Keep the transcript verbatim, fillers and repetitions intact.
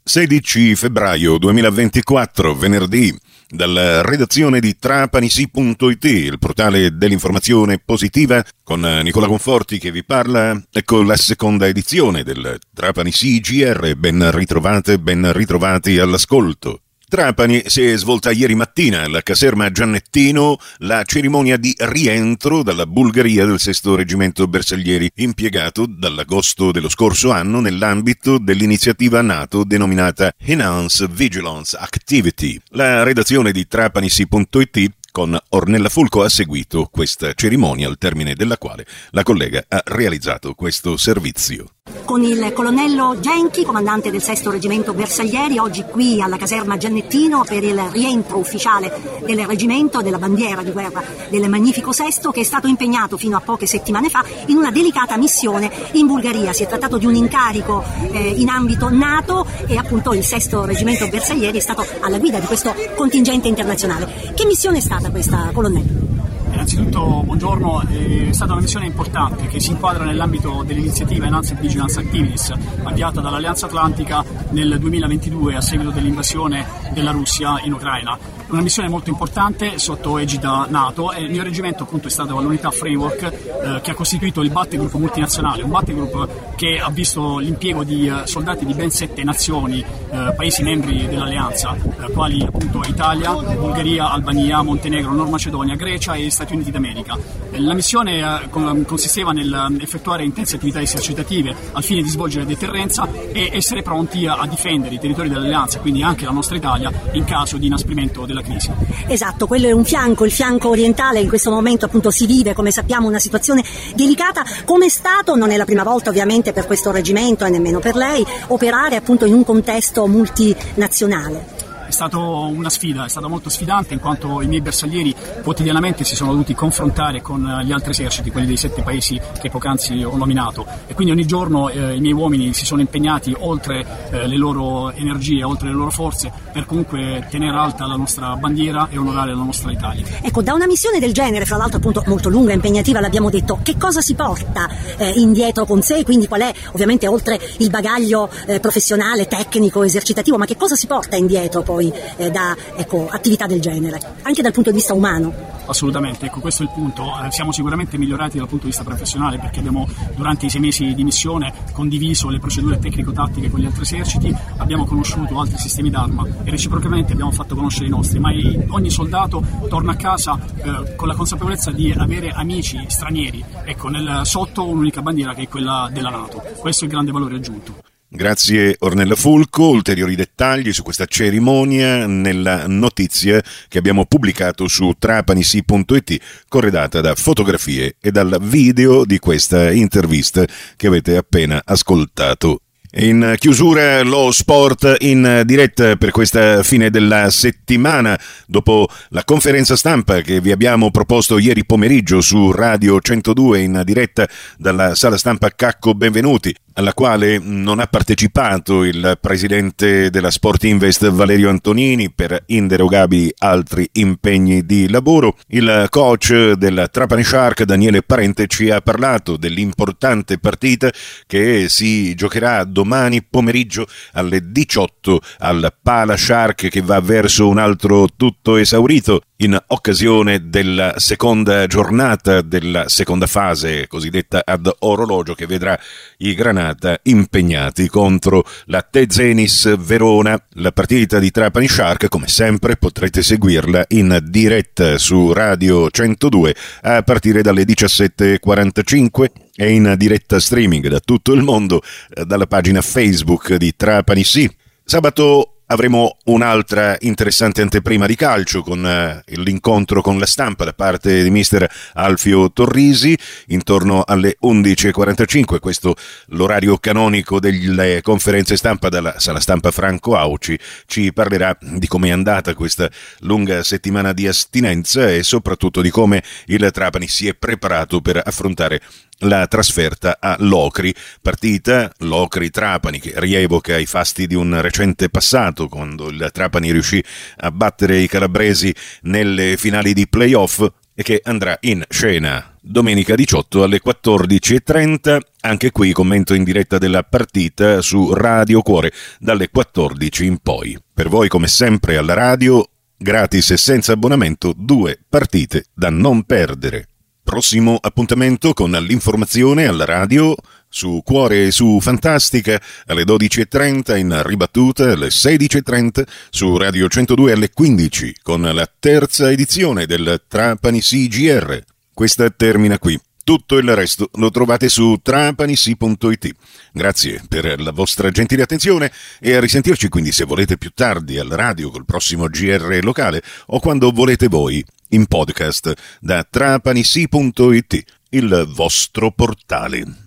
sedici febbraio duemilaventiquattro, venerdì, dalla redazione di Trapanisi punto it, il portale dell'informazione positiva, con Nicola Conforti che vi parla, ecco la seconda edizione del Trapanisi G R. Ben ritrovate, ben ritrovati all'ascolto. Trapani si è svolta ieri mattina alla caserma Giannettino la cerimonia di rientro dalla Bulgaria del sesto Reggimento Bersaglieri, impiegato dall'agosto dello scorso anno nell'ambito dell'iniziativa NATO denominata Enhanced Vigilance Activity. La redazione di Trapanisi punto it con Ornella Fulco ha seguito questa cerimonia, al termine della quale la collega ha realizzato questo servizio. Con il colonnello Genchi, comandante del sesto Reggimento Bersaglieri, oggi qui alla caserma Giannettino per il rientro ufficiale del reggimento, della bandiera di guerra del Magnifico Sesto, che è stato impegnato fino a poche settimane fa in una delicata missione in Bulgaria. Si è trattato di un incarico eh, in ambito NATO e appunto il sesto Reggimento Bersaglieri è stato alla guida di questo contingente internazionale. Che missione è stata questa, colonnello? Innanzitutto buongiorno, è stata una missione importante che si inquadra nell'ambito dell'iniziativa Enhanced Vigilance Activities avviata dall'Alleanza Atlantica nel duemilaventidue a seguito dell'invasione della Russia in Ucraina. Una missione molto importante sotto egida NATO e il mio reggimento appunto è stato all'unità Framework eh, che ha costituito il Battlegroup multinazionale, un Battlegroup che ha visto l'impiego di eh, soldati di ben sette nazioni, eh, paesi membri dell'Alleanza, eh, quali appunto Italia, Bulgaria, Albania, Montenegro, Nord Macedonia, Grecia e Stati Uniti d'America. La missione eh, consisteva nell'effettuare intense attività esercitative al fine di svolgere deterrenza e essere pronti a, a difendere i territori dell'Alleanza, quindi anche la nostra Italia, in caso di inasprimento della crisi. Esatto, quello è un fianco, il fianco orientale. In questo momento appunto si vive, come sappiamo, una situazione delicata. Come è stato, non è la prima volta ovviamente per questo reggimento e nemmeno per lei, operare appunto in un contesto multinazionale? È stata una sfida, è stata molto sfidante in quanto i miei bersaglieri quotidianamente si sono dovuti confrontare con gli altri eserciti, quelli dei sette paesi che poc'anzi ho nominato, e quindi ogni giorno eh, i miei uomini si sono impegnati oltre eh, le loro energie, oltre le loro forze, per comunque tenere alta la nostra bandiera e onorare la nostra Italia. Ecco, da una missione del genere, fra l'altro appunto molto lunga e impegnativa, l'abbiamo detto, che cosa si porta eh, indietro con sé? Quindi qual è, ovviamente, oltre il bagaglio eh, professionale, tecnico, esercitativo, ma che cosa si porta indietro poi eh, da ecco, attività del genere, anche dal punto di vista umano? Assolutamente, ecco, questo è il punto. Eh, siamo sicuramente migliorati dal punto di vista professionale perché abbiamo durante i sei mesi di missione condiviso le procedure tecnico-tattiche con gli altri eserciti, abbiamo conosciuto altri sistemi d'arma e reciprocamente abbiamo fatto conoscere i nostri, ma ogni soldato torna a casa eh, con la consapevolezza di avere amici stranieri, ecco, nel, sotto un'unica bandiera che è quella della NATO. Questo è il grande valore aggiunto. Grazie Ornella Fulco. Ulteriori dettagli su questa cerimonia nella notizia che abbiamo pubblicato su Trapanisi punto it, corredata da fotografie e dal video di questa intervista che avete appena ascoltato. In chiusura lo sport in diretta per questa fine della settimana, dopo la conferenza stampa che vi abbiamo proposto ieri pomeriggio su Radio centodue in diretta dalla sala stampa Cacco Benvenuti, alla quale non ha partecipato il presidente della Sport Invest Valerio Antonini per inderogabili altri impegni di lavoro. Il coach del Trapani Shark Daniele Parente ci ha parlato dell'importante partita che si giocherà domani pomeriggio alle diciotto al Pala Shark, che va verso un altro tutto esaurito in occasione della seconda giornata della seconda fase cosiddetta ad orologio, che vedrà i Granata impegnati contro la Tezenis Verona. La partita di Trapani Shark, come sempre, potrete seguirla in diretta su Radio centodue a partire dalle diciassette e quarantacinque e in diretta streaming da tutto il mondo dalla pagina Facebook di Trapanisi. Sabato avremo un'altra interessante anteprima di calcio con eh, l'incontro con la stampa da parte di mister Alfio Torrisi intorno alle undici e quarantacinque, questo l'orario canonico delle conferenze stampa dalla sala stampa Franco Auci. Ci parlerà di come è andata questa lunga settimana di astinenza e soprattutto di come il Trapani si è preparato per affrontare la trasferta a Locri, partita Locri-Trapani che rievoca i fasti di un recente passato, quando il Trapani riuscì a battere i calabresi nelle finali di playoff, e che andrà in scena Domenica diciotto alle quattordici e trenta, anche qui commento in diretta della partita su Radio Cuore dalle quattordici in poi. Per voi come sempre alla radio, gratis e senza abbonamento, due partite da non perdere. Prossimo appuntamento con l'informazione alla radio su Cuore e su Fantastica alle dodici e trenta, in ribattuta alle sedici e trenta su Radio centodue alle quindici con la terza edizione del Trapani C G R. Questa termina qui. Tutto il resto lo trovate su trapanisi punto it. Grazie per la vostra gentile attenzione e a risentirci quindi se volete più tardi alla radio col prossimo G R locale o quando volete voi in podcast da trapanisi punto it, il vostro portale.